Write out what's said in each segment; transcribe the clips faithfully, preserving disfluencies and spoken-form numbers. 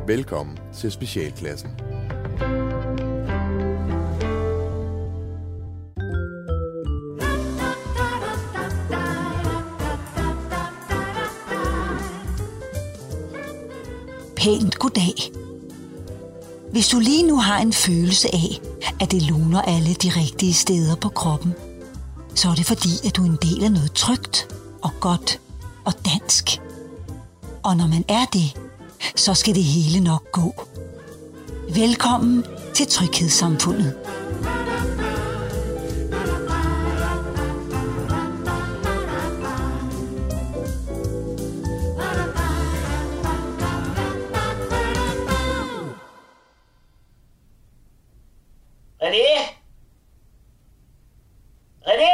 Velkommen til Specialklassen. Pænt goddag. Hvis du lige nu har en følelse af, at det luner alle de rigtige steder på kroppen, så er det fordi, at du er en del af noget trygt og godt og dansk. Og når man er det, så skal det hele nok gå. Velkommen til Tryghedssamfundet. René? René?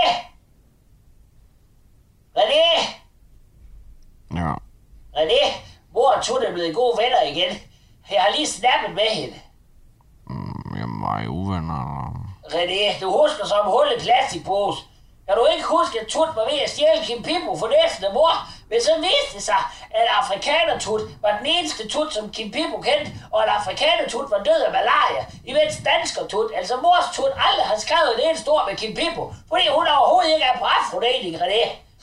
René? Ja. René? Mor og Tut er blevet gode venner igen. Jeg har lige snappet med hende. Mm, jamen, var I uvenner, eller? René, du husker som hul i plastikpose. Kan du ikke huske, at Tut var ved at stjæle Kim Pippo for næsten af mor? Men så viste det sig, at afrikaner-Tut var den eneste Tut, som Kim Pippo kendte, og at afrikaner-Tut var død af malaria, imens dansker-Tut, altså mors Tut, aldrig har skrevet det eneste ord med Kim Pippo, fordi hun overhovedet ikke er på afrodating, René.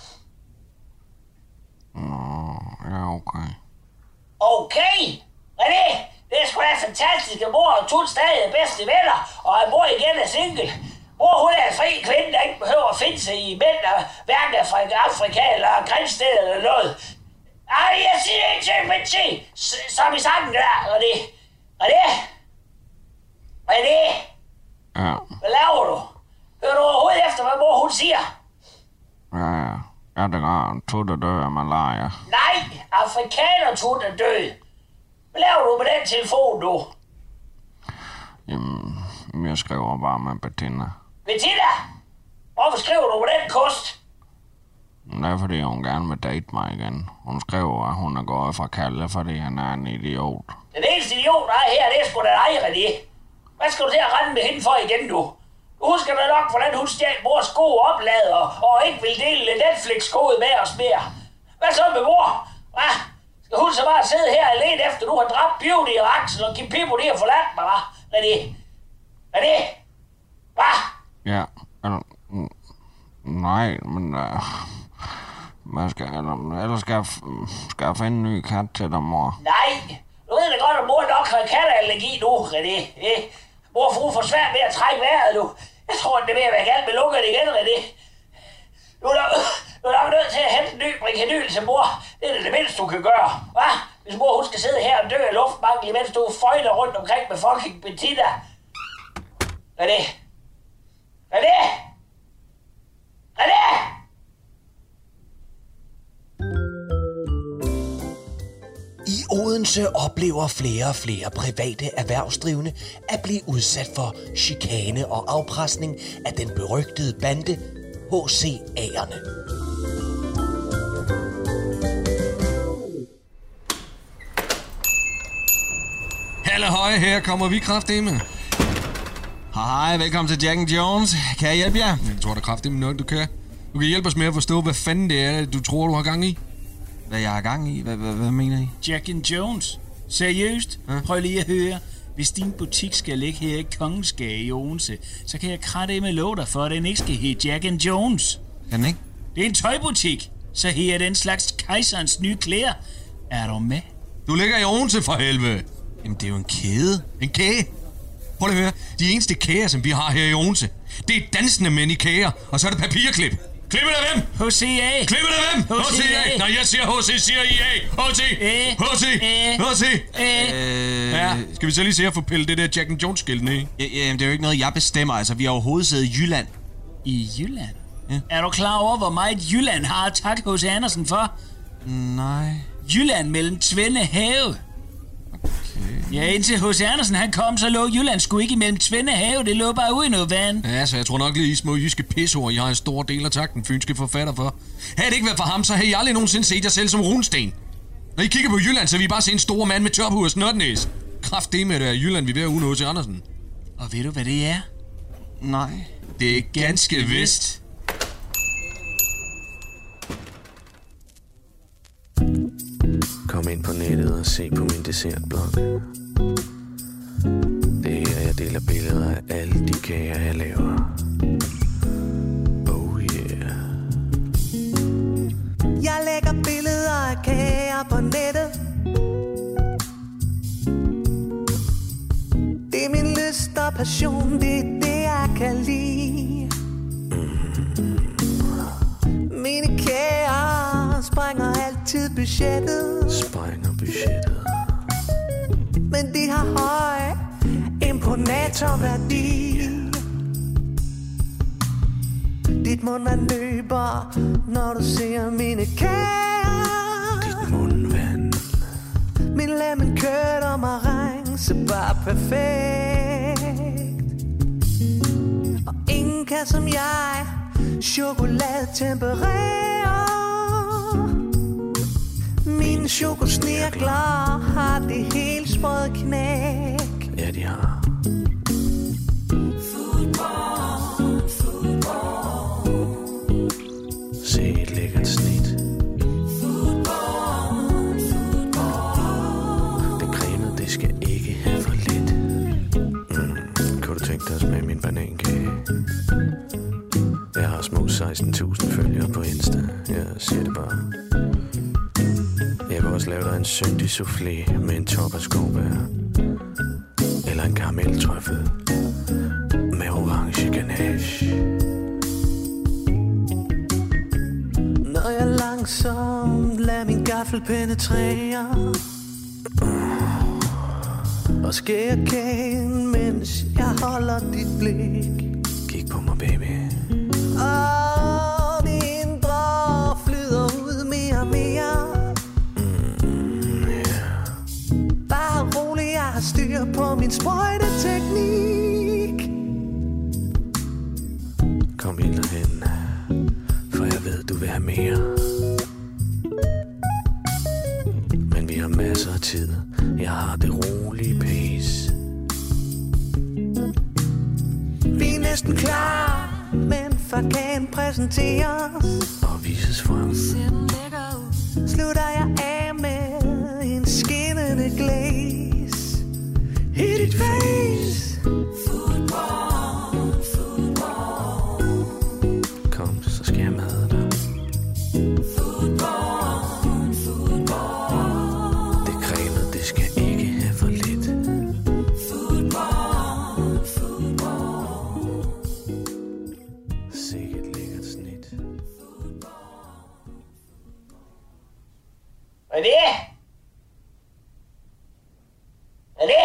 Nå, ja, okay. Okay? René, det er sgu da fantastisk, at mor og Tut stadig er bedste venner, og at mor igen er single. Mor, hun er en fri kvinde, der ikke behøver at finde sig i mænd, der hverken er fra Afrika eller Grænsted eller noget. Ej, jeg siger ikke til, men se, som i sangen der, René. René? René? Ja. Hvad laver du? Hører du overhovedet efter, hvad mor hun siger? Ja, ja. Ja, det gør Tut er død af malaria. Nej, afrikaner-Tut er død. Hvad laver du med den telefon, du? Jamen, jeg skriver bare med Bettina. Bettina? Hvorfor skriver du med den kost? Det er fordi, hun gerne vil date mig igen. Hun skriver, at hun er gået fra Kalle, fordi han er en idiot. Den eneste idiot, der er her, det er sgu da dig, René. Hvad skal du til at rende med hende for igen, du? Du husker da nok, hvordan hun stjal mors gode oplader og ikke vil dele Netflix-kode med os mere. Hvad så med mor? Hvad? Skal hun så bare sidde her alene, efter du har dræbt Beauty og Axel og Kim Pippo, de har forladt mig, hva'? René? René? Hvad? Ja, eller... Nej, men... Uh, hvad skal jeg... Ellers skal jeg, skal jeg finde en ny kat til dig, mor. Nej, du ved da godt, at mor nok har katteallergi nu, René. Eh? Mor og fru får svært ved at trække vejret nu. Jeg tror, det er ved at være galt med lukket igen, René. Du er, nok, du er nok nødt til at hente en ny brikanyl til mor. Det er det, det mindste, du kan gøre. Hva? Hvis mor hun skal sidde her og dø af luftmangel, imens du føjler rundt omkring med fucking Bettina. René? René? René? I Odense oplever flere og flere private erhvervsdrivende at blive udsat for chikane og afpresning af den berygtede bande H C A'erne. Halløj, her kommer vi kraftedeme. Hej, velkommen til Jack and Jones. Kan jeg hjælpe jer? Jeg tror, der er kraftedeme nok, du kan. Du kan hjælpe os med at forstå, hvad fanden det er, du tror, du har gang i. Hvad jeg har gang i? Hvad, hvad, hvad mener I? Jack and Jones? Seriøst? Ja? Prøv lige at høre. Hvis din butik skal ligge her i Kongensgade i Odense, så kan jeg kraftedeme love dig for, at den ikke skal hedde Jack and Jones. Kan den ikke? Det er en tøjbutik. Så her er den slags kejserens nye klæder. Er du med? Du ligger i Odense for helvede. Jamen, det er jo en kæde. En kage. Prøv lige at høre. De eneste kager, som vi har her i Odense, det er dansende mænd i kager, og så er det papirklip. Klippet af hvem? H C A. Klippet af hvem? H C A. Når jeg siger H C, siger I A. H C. H C. H C. Ja, skal vi så lige se at få pillet det der Jack and Jones skilt ned? Ja, ja, det er jo ikke noget, jeg bestemmer. Altså, vi har overhovedet siddet i Jylland. I Jylland? Ja. Er du klar over, hvor meget Jylland har at takke H C Andersen for? Nej. Jylland mellem Tvende Have. Okay. Ja, indtil H C Andersen han kom, så lå Jylland sgu ikke imellem Tvende Have. Det lå bare ude i noget vand. Ja, så jeg tror nok lige I små jyske pisseord, I har en stor del af tak den fynske forfatter for. Havde det ikke været for ham, så havde I aldrig nogensinde set jer selv som runsten. Når I kigger på Jylland, så vil I bare se en stor mand med tophue og snotnæs. Kraft det med det er Jylland, vi er ved at uden H C Andersen. Og ved du, hvad det er? Nej. Det er ganske vist. Kom ind på nettet og se på min dessertblog. Det er her, jeg deler billeder af alle de kager, jeg laver. Oh yeah. Jeg lægger billeder af kager på nettet. Det er min lyst og passion, det er det, jeg kan lide. Mine kager sprænger altid budgettet. Sprænger budgettet. Men de har høj imponatorværdi. Dit mundvand løber, når du ser mine kager. Dit mundvand. Min lemon curd og meringue er bare perfekt. Og ingen kan som jeg chokolade temperere. Mine chokosnirkler har det helt sprøde knæk. Ja, de har. Foodborg, foodborg. Se et lækkert snit. Foodborg, foodborg. Det cremede, det skal ikke have for lidt. Mm. Kunne du tænke dig at smage min banankage? Jeg har små seksten tusind følgere på Insta. Jeg siger det bare. Jeg vil også lave dig en syndig soufflé med en top af skovbær. Eller en karameltrøffel med orange ganache. Når jeg langsomt lader min gaffel penetrere og skærer kagen, mens jeg holder dit blik. Kig på mig, baby. Og det indre flyder ud mere og mere. Mm, yeah. Bare rolig, jeg har styr på min sprøjteteknik. Kom ind derhen, for jeg ved, du vil have mere. Men vi har masser af tid. Jeg har det rolige pace. Vi er næsten klar, men før kagen præsenteres og vises frem, slutter jeg af med en skinnende glaze i dit face. Foodborg, foodborg. Kom, så skal jeg made dig. Foodborg, foodborg. Det cremede, det skal ikke have for lidt. Foodborg, foodborg. Sikkert lækkert snit. Hvad er det? Hvad er det?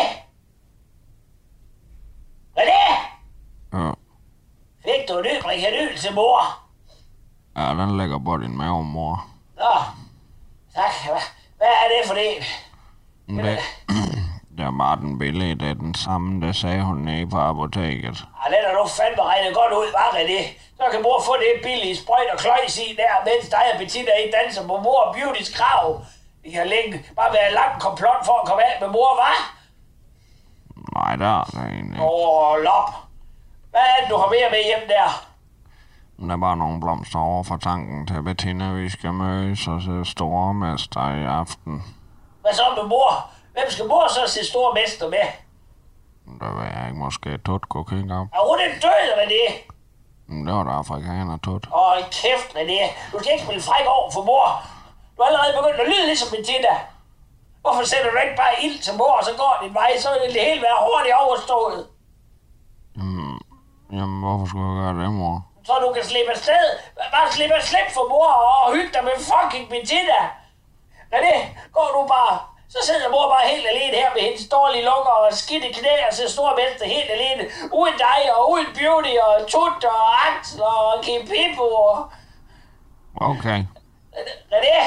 Hvad er det? Ja. Fik du en ny brikanyl til mor? Ja, den ligger på din mave, mor. Nå, tak. Hvad, hvad er det for det? Det, det er bare den billede, det er den samme, det sagde hun nede på apoteket. Ah, den er du fandme regnet godt ud, var det? Så kan mor få det billige sprøjt og kløjs i der, mens dig og Bettina i danser på mor og Beautys krav. Det kan længe bare være langt komplot for at komme af med mor, hva'? Nej, der er det egentlig. Åh, lop. Hvad er det, du har mere med hjem der? Der er bare nogle blomster over for tanken til Bettina, vi skal mødes og se stormester i aften. Hvad så med mor? Hvem skal mor så se stormester med? Der vil jeg ikke måske Tut kunne kigge op. Er hun en død, hvad det? Det var der afrikaner Tut. Åh, kæft, hvad det? Du skal ikke spille fræk over for mor. Du er allerede begyndt at lyde ligesom Bettina. Hvorfor sætter du ikke bare ild til mor, og så går din vej, så vil det hele være hurtigt overstået? Jamen, jamen hvorfor skulle jeg gøre det, mor? Så du kan slippe afsted. Bare slippe afsted for mor og hygge dig med fucking Bettina. Hvad det? Går du bare. Så sidder mor bare helt alene her med hendes dårlige lunger og skidte knæ og ser stormester helt alene. Uden dig og uden Beauty og Tut og Axel og Kim Pippo og... Okay. Hvad det?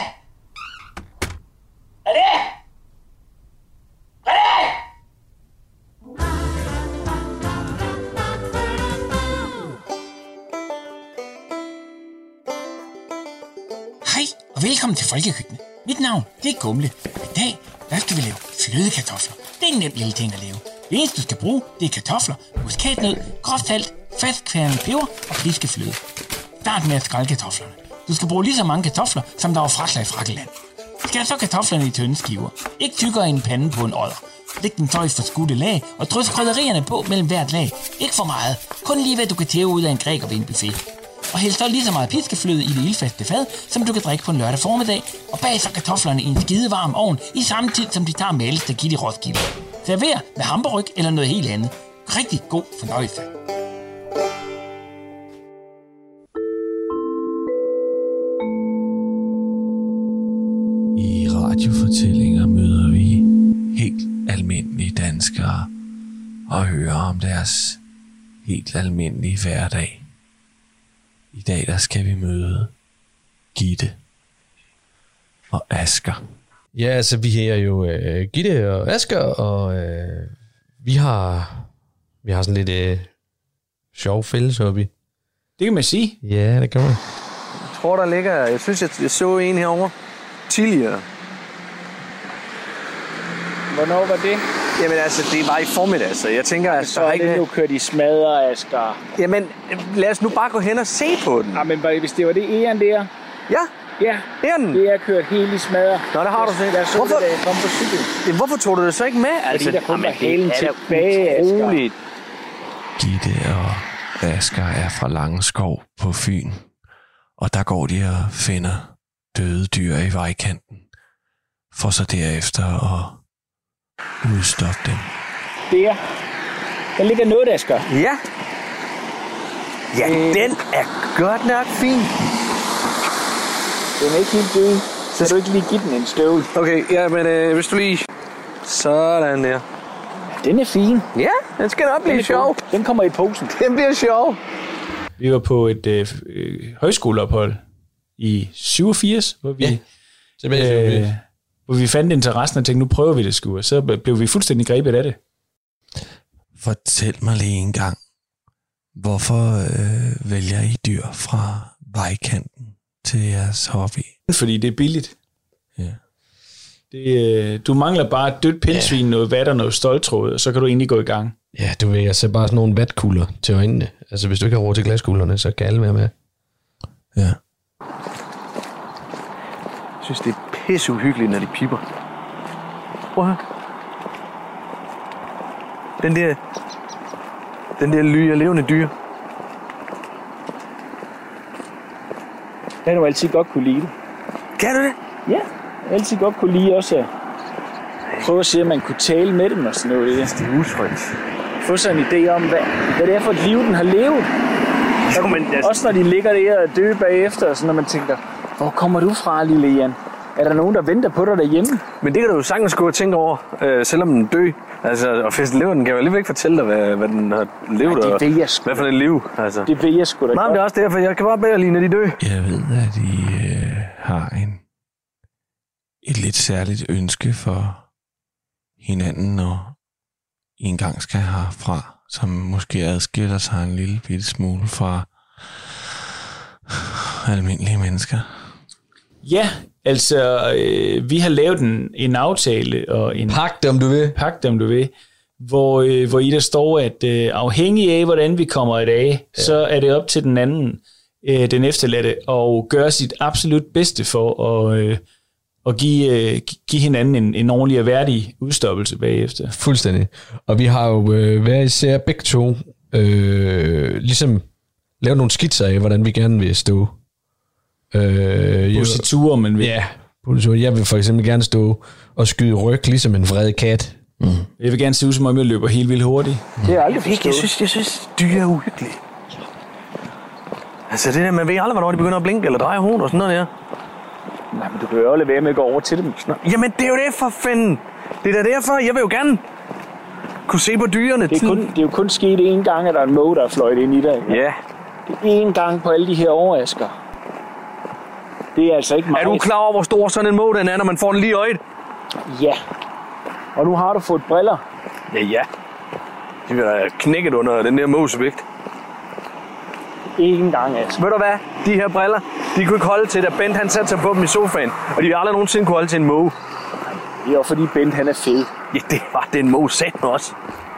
Hvad det? Hvad det? Hej og velkommen til Folkekøkkenet. Mit navn, det er Gumle. I dag, der skal vi lave flødekartofler. Det er en nem lille ting at lave. Det eneste, du skal bruge, det er kartofler, muskatnød, groft salt, fastkværnet peber og piskefløde. Start med at skrælle kartoflerne. Du skal bruge lige så mange kartofler, som der var frakler i Frakkeland. Skær så kartoflerne i tynde skiver. Ikke tykkere end panden på en odder. Læg den så i forskudte lag, og drys krydderierne på mellem hvert lag. Ikke for meget. Kun lige hvad du kan tæve ud af en græker ved en buffet. Og hæld så lige så meget piskefløde i det ildfaste fad, som du kan drikke på en lørdag formiddag, og bag så kartoflerne i en skidevarm ovn i samme tid, som de tager males der giver i Roskilde. Server med hamburg eller noget helt andet. Rigtig god fornøjelse. I radiofortællinger møder vi helt almindelige danskere og hører om deres helt almindelige hverdag. I dag der skal vi møde Gitte og Asger. Ja, altså vi er jo uh, Gitte og Asger, og uh, vi har vi har sådan lidt uh, sjov fælles hobby. Det kan man sige. Ja, det kan man. Jeg tror, der ligger... Jeg synes, jeg, jeg så en herovre tidligere. Hvornår var det? Jamen altså, det var i formiddag, så jeg tænker... Altså, så er det nu kørt i smadre, Asger. Jamen, lad os nu bare gå hen og se på den. Ja, men hvis det var det æren der... Ja, ja, æren. Det er kørt helt i smadre. Nå, der har du set. Jeg så hvorfor? Det, da jeg kom på cykel. Jamen, hvorfor tog du det så ikke med? Altså, det er kun hælen tilbage, Asger. Gitte og Asger er fra Langeskov på Fyn, og der går de og finder døde dyr i vejkanten, for så derefter at udstoppe dem. Der. Der ligger noget, Asger. Ja. Ja, øh. Den er godt nok fin. Den er ikke helt død. Så du ikke lige give den en støvle. Okay, ja, men øh, hvis du lige... Sådan der. Den er fin. Ja, den skal nok blive sjov. Den kommer i posen. Den bliver sjov. Vi var på et øh, øh, højskoleophold i syvogfirs, hvor vi, ja, øh, hvor vi fandt interessen og tænkte, nu prøver vi det sgu, og så blev vi fuldstændig grebet af det. Fortæl mig lige en gang, hvorfor øh, vælger I dyr fra vejkanten til jeres hobby? Fordi det er billigt. Ja. Det, øh, du mangler bare et dødt pindsvin, ja. Noget vat og noget ståltråd, og så kan du egentlig gå i gang. Ja, du ved, jeg ser bare sådan nogle vatkugler til øjnene. Altså, hvis du ikke har råd til glaskuglerne, så kan alle være med. Ja. Jeg synes, det er pisse uhyggeligt, når de pipper. Prøv at høre. Den der... Den der ly af levende dyr. Det har du altid godt kunne lide. Kan du det? Ja, jeg har altid godt kunne lide også at prøve at se, om man kunne tale med dem og sådan noget. Det er utrygt. Få sådan en idé om, hvad, hvad det er for et liv, den har levet. Jo, men jeg... Også når de ligger der og døde bagefter, og sådan, når man tænker, hvor kommer du fra, lille Jan? Er der nogen, der venter på dig derhjemme? Men det kan du jo sagtens gå og tænke over, øh, selvom den dø. Altså, og hvis den lever, den kan jo alligevel ikke fortælle dig, hvad, hvad den har levet, ja, det ved jeg og hvad for et liv. Altså. Det ved jeg sgu da. Nej, men det er også derfor, jeg kan bare bedre lide, når de dø. Jeg ved, at I øh, har en, et lidt særligt ønske for hinanden, når I engang skal herfra, som måske adskiller sig en lille bitte smule fra almindelige mennesker. Ja, altså, øh, vi har lavet en, en aftale og en... Pak dem, du vil. Pak dem, du vil. Hvor, øh, hvor i der står, at øh, afhængig af, hvordan vi kommer i dag, ja. Så er det op til den anden, øh, den efterladte, at gøre sit absolut bedste for at, øh, at give, øh, give hinanden en, en ordentlig og værdig udstoppelse bagefter. Fuldstændig. Og vi har jo øh, hver især begge to øh, ligesom lavet nogle skitser af, hvordan vi gerne vil stå. Øh, Positur, men vil. Ja, positur. Jeg vil for eksempel gerne stå og skyde ryg, ligesom en vred kat. Mm. Jeg vil gerne se ud, som om jeg løber helt vildt hurtigt. Mm. Det er aldrig forstået. Jeg synes, jeg synes dyr er uhyggelige. Altså det der, man ved aldrig, hvornår de begynder at blinke eller dreje hovedet og sådan noget der. Nej, men du kan jo lade være med at gå over til dem. Jamen det er jo det for fanden. Det er da derfor, jeg vil jo gerne kunne se på dyrene. Det er, kun, det er jo kun sket én gang, at der er en måge, der er fløjt ind i dig. Ja. Det er én gang på alle de her år, Asger. Det er altså ikke meget. Er du klar over, hvor stor sådan en måge den er, når man får den lige i øjet? Ja. Og nu har du fået briller. Ja, ja. De vil da knækket under den der måges vægt. Ikke engang, altså. Ved du hvad? De her briller, de kunne ikke holde til, da Bent han satte sig på dem i sofaen. Og de har aldrig nogensinde kunne holde til en måge. Det er jo fordi Bent han er fed. Ja, det var den måge sat også.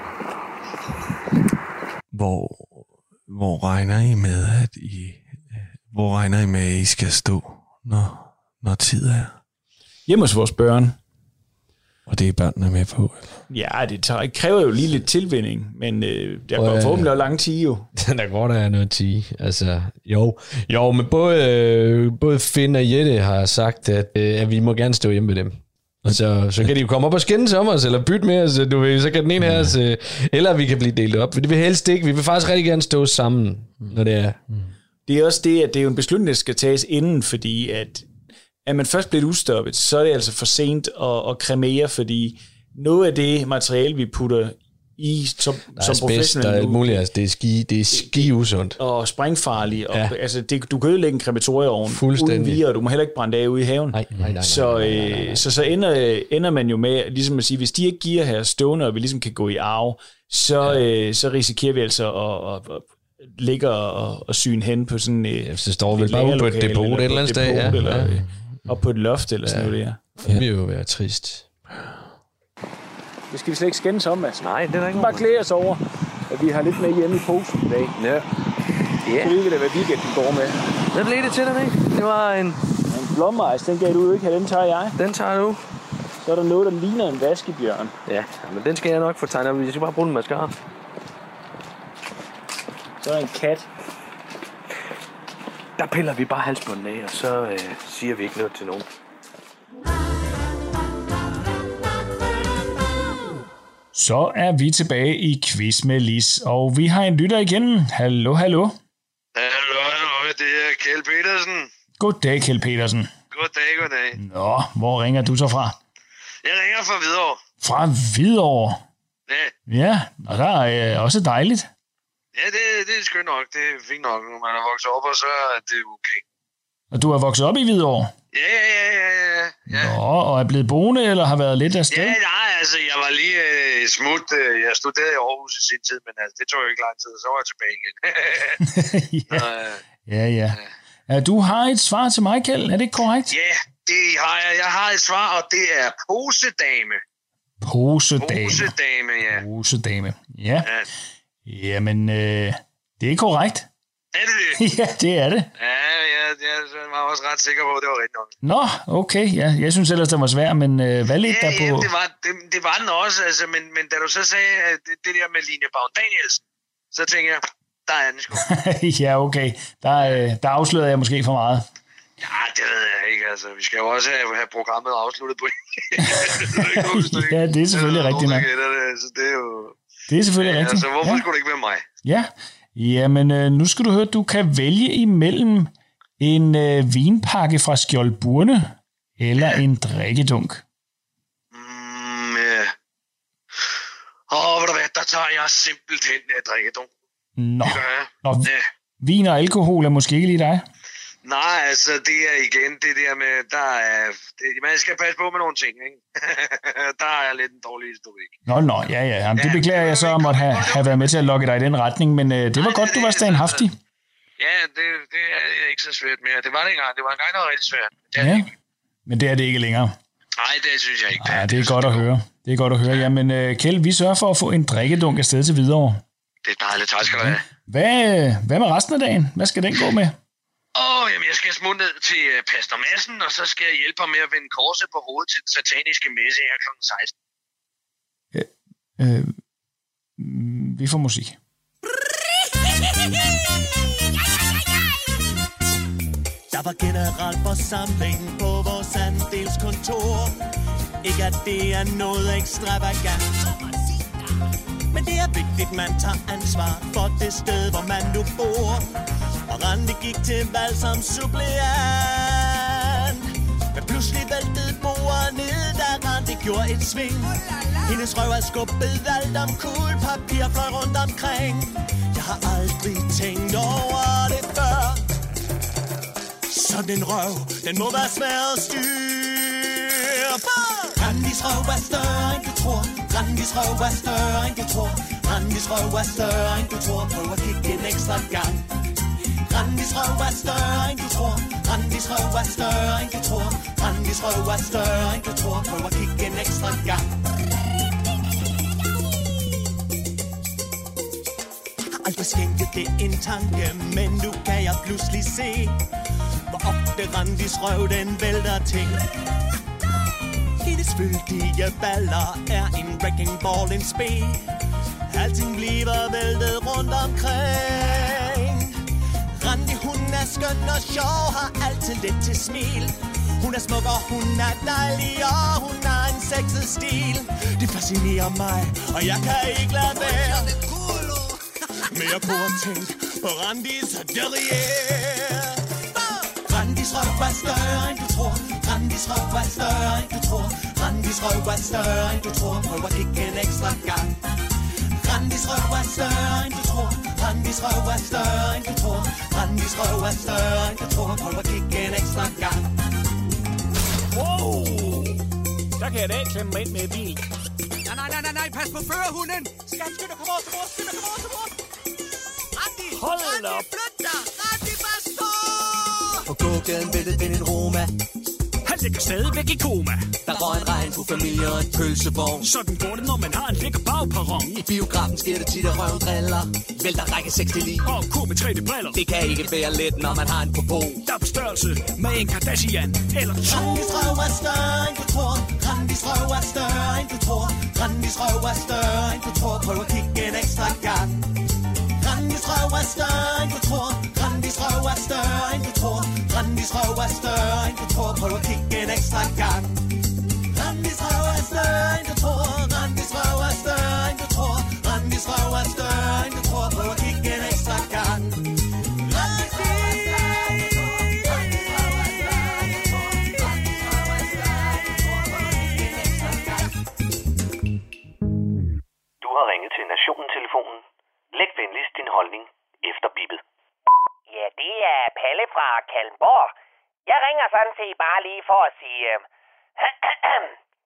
Hvor, hvor regner I med, at I... Hvor regner I med, at I skal stå, når, når tid er? hjemme hos vores børn. Og det er børnene med på? Ja, det tager, kræver jo lige lidt tilvænning, men øh, der går forhåbentlig lang tid jo. Der går der noget tid. Altså, jo, jo, men både, øh, både Finn og Jette har sagt, at, øh, at vi må gerne stå hjemme med dem. Og så, så kan de jo komme op og skændes om os, eller bytte med os, du ved, så kan den ene her, ja. Eller vi kan blive delt op. Det vil helst ikke. Vi vil faktisk rigtig gerne stå sammen, når det er. Det er også det, at det er jo en beslutning, der skal tages inden, fordi at, at man først bliver udstoppet, så er det altså for sent at, at kremere, fordi noget af det materiale, vi putter i som, som professionel der er alt muligt, altså det er ski, det er ski usundt. Og sprængfarligt. Og, ja. Altså det, du kan ødelægge en krematorieovn uden vire, og du må heller ikke brænde af ude i haven. Nej, nej, nej, nej, så, nej, nej, nej, nej. så så ender, ender man jo med, ligesom at sige, hvis de ikke giver her stående, og vi ligesom kan gå i arv, så, ja. øh, så risikerer vi altså at, at, at ligge og, og syne hen på sådan et, ja, så står vi bare på et depot et eller andet sted, ja. Eller ja. op på et loft eller sådan ja. noget der. Det vil jo være trist. Det skal vi slet ikke skændes om, Mads. Nej, det er der ikke. Bare klæde os over, at vi har lidt med hjemme i posen i dag. Ja. Ja. Det er ikke, hvad weekenden går med. Hvad blev det til den, ikke? Det var en... En blommejs, den gav du ikke have, den tager jeg. Den tager du. Så er der noget, der ligner en vaskebjørn. Ja, men den skal jeg nok få tegnet. Vi skal bare bruge den mascara. Så er der en kat. Der piller vi bare halsbånden af, og så øh, siger vi ikke noget til nogen. Så er vi tilbage i Quiz med Lis, og vi har en lytter igen. Hallo, hallo. Hallo, hallo, det er Kjeld Petersen. Goddag, Kjeld Petersen. Goddag, goddag. Nå, hvor ringer du så fra? Jeg ringer fra Hvidovre. Fra Hvidovre? Ja. Ja, og der er øh, også dejligt. Ja, det, det er skønt nok. Det er fint nok, når man er vokset op, og så er det okay. Og du er vokset op i Hvidovre? Ja, ja, ja, ja, ja. ja. Nå, og er blevet boende, eller har været lidt afsted? Ja, nej, altså, jeg var lige øh, smut. Øh, jeg studerede i Aarhus i sin tid, men altså, det tog jo ikke lang tid, så var jeg tilbage igen. ja. ja, ja, ja. Du har et svar til mig, Kjeld. Er det ikke korrekt? Ja, det har jeg. Jeg har et svar, og det er posedame. Posedame. Posedame, ja. Posedame, ja. ja. Jamen, øh, det er korrekt. Er det det? ja, det er det. Ja, ja, jeg var også ret sikker på, at det var rigtigt nok. Nå, okay. Ja, jeg synes ellers, det var svært, men øh, hvad lidt ja, der på? Ja, det var, det, det var den også, altså, men, men da du så sagde at det, det der med Line Baun-Danielsen, så tænker jeg, der er den sgu. ja, okay. Der, øh, der afslørede jeg måske for meget. Ja, det ved jeg ikke, altså. Vi skal jo også have, have programmet afsluttet på. ja, det er selvfølgelig rigtigt nok. Så det er jo... Det er selvfølgelig ja, rigtigt. Altså, hvorfor ja. skulle det ikke være mig? Ja, jamen øh, nu skal du høre, at du kan vælge imellem en øh, vinpakke fra Skjoldburne eller ja. en drikkedunk. Mm, ja. Åh, ved du hvad, der tager jeg simpelthen en drikkedunk. Nå, det gør jeg. Nå ja. Vin og alkohol er måske ikke lige dig? Nej, altså det er igen det der med, der er, det, man skal passe på med nogle ting, ikke? Der er lidt en dårlig historik. Nå, nå, ja, ja, jamen, det beklager jeg så om at have, have været med til at lokke dig i den retning, men øh, det var Nej, godt, det, du var standhaftig. Ja, det, det er ikke så svært mere. Det var det engang, det var engang noget rigtig svært. Det ja, det men det er det ikke længere. Nej, det synes jeg ikke. Nej, det, det er godt at høre. Det er godt at høre. Jamen, øh, Kjeld, vi sørger for at få en drikkedunk afsted til Hvidovre. Det er dejligt, tak skal du have. Hvad, hvad med resten af dagen? Hvad skal den gå med? Åh, oh, jamen jeg skal smutte ned til uh, Pastor Madsen, og så skal jeg hjælpe ham med at vende korset på hovedet til den sataniske messe her klokken seksten. Ja, øh, vi får musik. Der var generalforsamling på vores andelskontor. Ikke at det er noget ekstravagant, men det er vigtigt, man tager ansvar for det sted, hvor man nu bor. Og Randi gik til valg som suppleant, men pludselig væltede bordet ned, da Randi gjorde et sving. Hendes røv er skubbet alt om kul, papir fløj rundt omkring. Jeg har aldrig tænkt over det før. Sådan en røv, den må være svær at styre. Randis røv er større end du tror. Randis røv er større end du tror. Randis røv er større end du tror. Prøv at kigge en ekstra gang. Randis røv er større end du tror. Randis røv er større end du tror. Randis røv er større end du tror. Prøv at kigge en ekstra gang. Har aldrig skænket det en tanke, men nu kan jeg pludselig se, hvor ofte Randis røv den vælter ting. Følelsesfyldige baller er en wrecking ball, en spil. Alting bliver væltet rundt omkring. Randi, hun er skøn og sjov, har altid lidt til smil. Hun er smuk og hun er dejlig, og hun har en sexet stil. Det fascinerer mig, og jeg kan ikke lade være. Men jeg kunne have tænkt på Randis derrière. Randis røv er større end du tror. Randis røv er større end du tror. Randis røv er større end du tror. Prøv at kigge en ekstra gang. Randis røv er større end du tror. Randis røv er større end du tror. Randis røv er større end du tror. Prøv at kigge en ekstra gang. Wow! Der kan jeg da ikke klemme mig ind med bil. Nej, nej, nej, nej, nej, pas på førerhunden. Skat, skynd dig, kom over til mor, skynd dig, kom over til mor. Randi, Hold Randi, op. flyt dig. Randi, bare stå. På gågaden væltede den en Roma. Han ligger stadigvæk i koma. Der røg en regnbuefamilie og en pølsevogn. Sådan går det, når man har en lækker bagperron. I biografen sker det tit, at røven driller. Vælter række seks til ni. Og kur med tre D-briller. Det kan ikke være let, når man har en popo. Der er på størrelse med en Kardashian eller to. Randis røv er større end du tror. Randis røv er større end du tror. Randis røv er større end du tror. Prøv at kigge en ekstra gang. Randis røv er større end du tror. Randis røv er større end du tror. Randis røv er større end du tror. Prøv at kigge en ekstra gang. Randis røv er større end du tror. Randis røv er større end du tror. Randis røv er større end du tror. Prøv at kigge en ekstra gang. Du har ringet til Nationen-telefonen. Læg venligst din holdning efter bippet. Ja, det er Palle fra Kalmborg. Jeg ringer sådan set bare lige for at sige... Øh,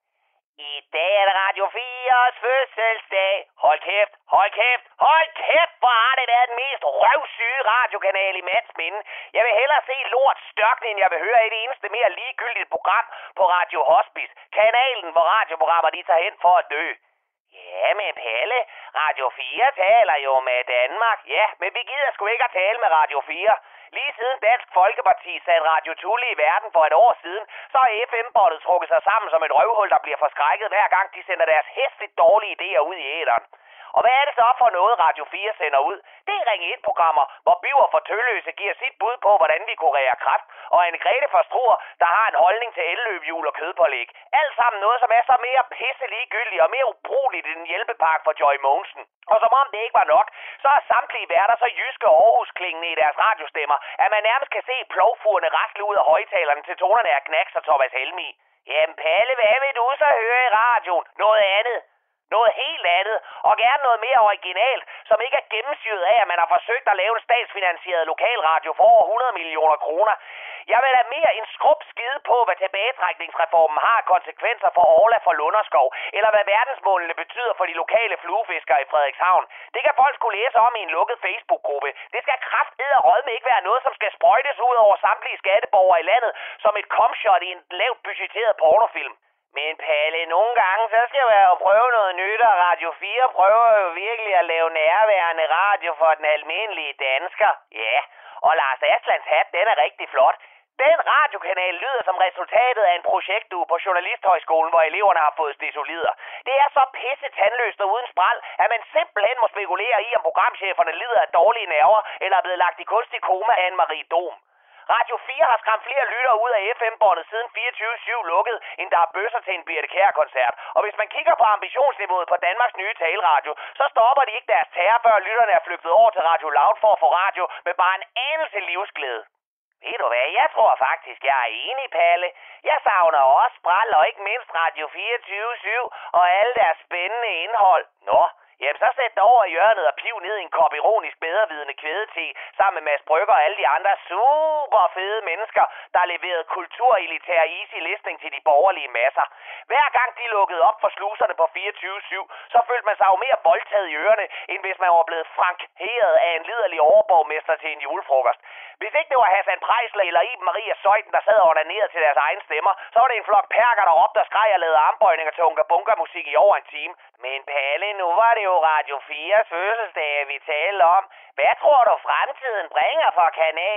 I dag er det Radio fire's fødselsdag. Hold kæft, hold kæft, hold kæft, hvor har det været den mest røvsyge radiokanal i mands minde. Jeg vil hellere se lort størkne, end jeg vil høre et eneste mere ligegyldigt program på Radio Hospice. Kanalen, hvor radioprogrammer de tager hen for at dø. Ja, men Palle, Radio fire taler jo med Danmark. Ja, men vi gider sgu ikke at tale med Radio fire. Lige siden Dansk Folkeparti satte Radio Tulle i verden for et år siden, så har F M-båndet trukket sig sammen som et røvhul, der bliver forskrækket hver gang de sender deres hæsligt dårlige idéer ud i æteren. Og hvad er det så for noget, Radio fire sender ud? Det er Ring et-programmer, hvor Biver for Tølløse giver sit bud på, hvordan vi kurerer kræft, og en Grete for Struer, der har en holdning til elløbehjul og kødpålæg. Alt sammen noget, som er så mere pisse ligegyldigt og mere ubrugeligt end en hjælpepakke for Joy Mogensen. Og som om det ikke var nok, så er samtlige værter så jyske og Aarhus-klingende i deres radiostemmer, at man nærmest kan se plovfugerne rasle ud af højtalerne til tonerne af Knacks og Thomas Helmi. Jamen Palle, hvad vil du så høre i radioen? Noget andet. Noget helt andet, og gerne noget mere originalt, som ikke er gennemsyret af, at man har forsøgt at lave en statsfinansieret lokalradio for over hundrede millioner kroner. Jeg vil have mere en skrub skide på, hvad tilbagetrækningsreformen har konsekvenser for Orla for Lunderskov, eller hvad verdensmålene betyder for de lokale fluefiskere i Frederikshavn. Det kan folk skulle læse om i en lukket Facebook-gruppe. Det skal kraftedderrødme ikke være noget, som skal sprøjtes ud over samtlige skatteborgere i landet, som et comshot i en lavt budgetteret pornofilm. Men Palle, nogle gange, så skal jeg jo prøve noget nyt, og Radio fire prøver jo virkelig at lave nærværende radio for den almindelige dansker. Ja, og Lars Aslands hat, den er rigtig flot. Den radiokanal lyder som resultatet af en projektuge på Journalisthøjskolen, hvor eleverne har fået stisolider. Det er så pisse tandløst og uden spral, at man simpelthen må spekulere i, om programcheferne lider af dårlige nerver, eller er blevet lagt i kunstig koma af Anne-Marie Dom. Radio fire har skræmt flere lyttere ud af F M-båndet siden fireogtyve syv lukket, end der er bøsser til en Birte Kjær-koncert. Og hvis man kigger på ambitionsniveauet på Danmarks nye taleradio, så stopper de ikke deres terror, før lytterne er flygtet over til Radio Loud for at få radio med bare en anelse livsglæde. Ved du hvad, jeg tror faktisk, jeg er enig, Palle. Jeg savner også spral og ikke mindst Radio fireogtyve syv og alle deres spændende indhold. Nå, jamen så sæt dig over i hjørnet og piv ned i en kop ironisk bedrevidende kvædete sammen med Mads Brygger og alle de andre super fede mennesker, der leverede kulturelitær easy listening til de borgerlige masser. Hver gang de lukkede op for sluserne på fireogtyve syv, så følte man sig jo mere voldtaget i ørerne, end hvis man var blevet frankeret af en liderlig overborgmester til en julefrokost. Hvis ikke det var Hassan Preisler eller Iben Maria Zeuthen, der sad og onanerede til deres egne stemmer, så var det en flok perker, der råbte og skreg og lavede armbøjninger til unga-bunga-musik i over en time. Men Palle, nu var det jo Radio fires fødselsdag, vi talte om. Hvad tror du fremtiden bringer for kanalen?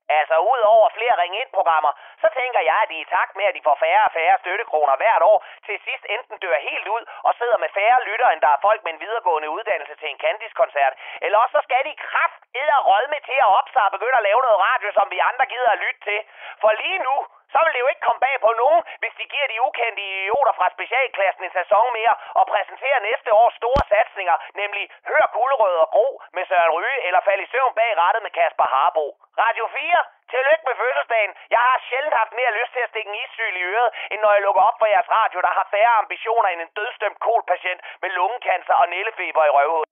Altså ud over flere ring-ind-programmer, så tænker jeg, at de i takt med, at de får færre og færre støttekroner hvert år, til sidst enten dør helt ud og sidder med færre lytter, end der er folk med en videregående uddannelse til en Candice-koncert. Eller også så skal de kraftedderrødme til at op sig og begynde at lave noget radio, som vi andre gider at lytte til. For lige nu, så vil det jo ikke komme bag på nogen, hvis de giver de ukendte idioter fra specialklassen en sæson mere og præsenterer næste års store satsninger, nemlig Hør Gulerød og Gro med Søren Ryge eller Fald i søvn bag rattet med Kasper Harbo. Radio fire, tillykke med fødselsdagen. Jeg har sjældent haft mere lyst til at stikke en issyl i øret, end når jeg lukker op for jeres radio, der har færre ambitioner end en dødsdømt kolpatient med lungekancer og nældefeber i røvhul.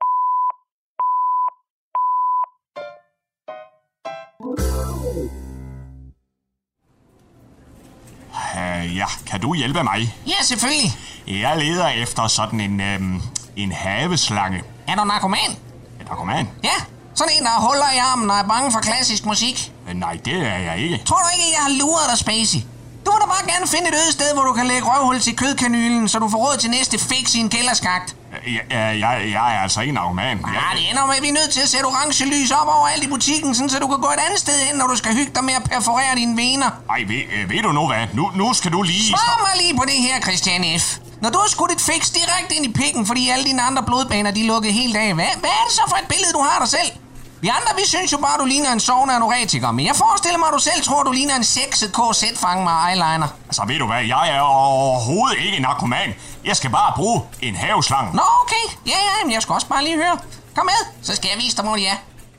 Uh, ja, kan du hjælpe mig? Ja, selvfølgelig. Jeg leder efter sådan en, øhm, en haveslange. Er du narkoman? En narkoman? Ja, sådan en, der har huller i armen og er bange for klassisk musik. Uh, nej, det er jeg ikke. Tror du ikke, jeg har luret dig, Spacey? Du vil da bare gerne finde et øde sted, hvor du kan lægge røvhul til kødkanylen, så du får råd til næste fix i en kælderskagt. Uh, jeg, jeg, jeg er altså ikke narkoman. Nej, jeg... det ender med, at vi er nødt til at sætte orange lys op over alt i butikken, sådan, så du kan gå et andet sted hen, når du skal hygge dig med at perforere dine vener. Ej, ved, øh, ved du nu hvad? Nu, nu skal du lige... Svar mig lige på det her, Christian F. Når du har skudt et fix direkte ind i pikken, fordi alle dine andre blodbaner, de er lukket helt af, hvad, hvad er det så for et billede, du har dig selv? Vi andre, vi synes jo bare, du ligner en sovende anoretiker, men jeg forestiller mig, at du selv tror, du ligner en sexet K Z-fange med eyeliner. Altså, ved du hvad? Jeg er overhovedet ikke narkoman. Jeg skal bare bruge en haveslange. Nå, okay. Ja, ja, men jeg skal også bare lige høre. Kom med, så skal jeg vise dig, hvor de er.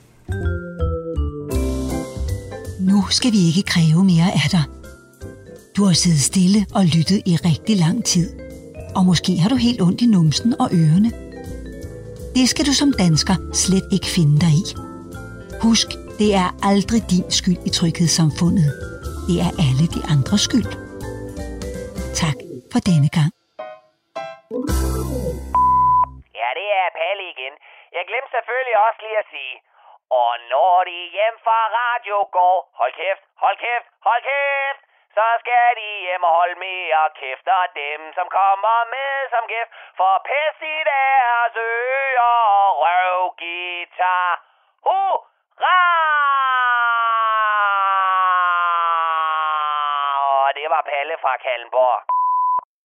Nu skal vi ikke kræve mere af dig. Du har siddet stille og lyttet i rigtig lang tid. Og måske har du helt ondt i numsen og ørerne. Det skal du som dansker slet ikke finde dig i. Husk, det er aldrig din skyld i tryghedssamfundet. Det er alle de andres skyld. Tak for denne gang. Ja, det er Palle igen. Jeg glemte selvfølgelig også lige at sige, og når de hjem fra radio går, hold kæft, hold kæft, hold kæft, så skal de hjem og holde mere kæft, og dem, som kommer med som gæst, for pest i deres ører og røvgitar. Hurra! Og det var Palle fra Kallenborg.